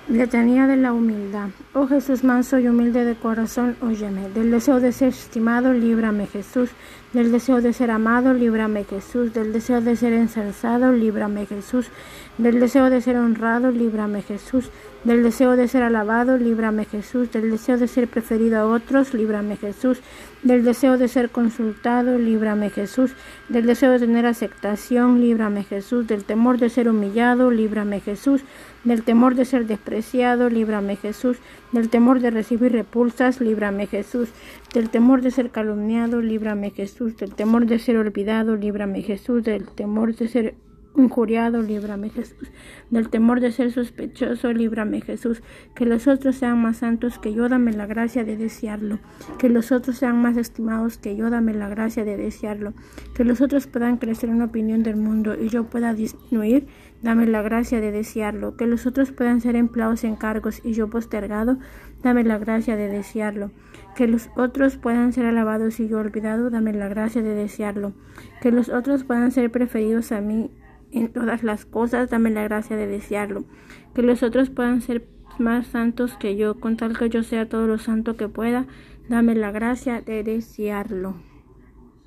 Letanía de la humildad. Oh Jesús manso y humilde de corazón, óyeme. Del deseo de ser estimado, líbrame Jesús. Del deseo de ser amado, líbrame Jesús. Del deseo de ser ensalzado, líbrame Jesús. Del deseo de ser honrado, líbrame Jesús. Del deseo de ser alabado, líbrame Jesús. Del deseo de ser preferido a otros, líbrame Jesús. Del deseo de ser consultado, líbrame Jesús. Del deseo de tener aceptación, líbrame Jesús. Del temor de ser humillado, líbrame Jesús. Del temor de ser despreciado, líbrame Jesús. Del temor de recibir repulsas, líbrame Jesús. Del temor de ser calumniado, líbrame Jesús. Del temor de ser olvidado, líbrame Jesús. Del temor de ser injuriado, líbrame Jesús. Del temor de ser sospechoso, líbrame Jesús. Que los otros sean más santos que yo, dame la gracia de desearlo. Que los otros sean más estimados que yo, dame la gracia de desearlo. Que los otros puedan crecer en opinión del mundo y yo pueda disminuir, dame la gracia de desearlo. Que los otros puedan ser empleados en cargos y yo postergado, dame la gracia de desearlo. Que los otros puedan ser alabados y yo olvidado, dame la gracia de desearlo. Que los otros puedan ser preferidos a mí en todas las cosas, dame la gracia de desearlo. Que los otros puedan ser más santos que yo, con tal que yo sea todo lo santo que pueda, dame la gracia de desearlo.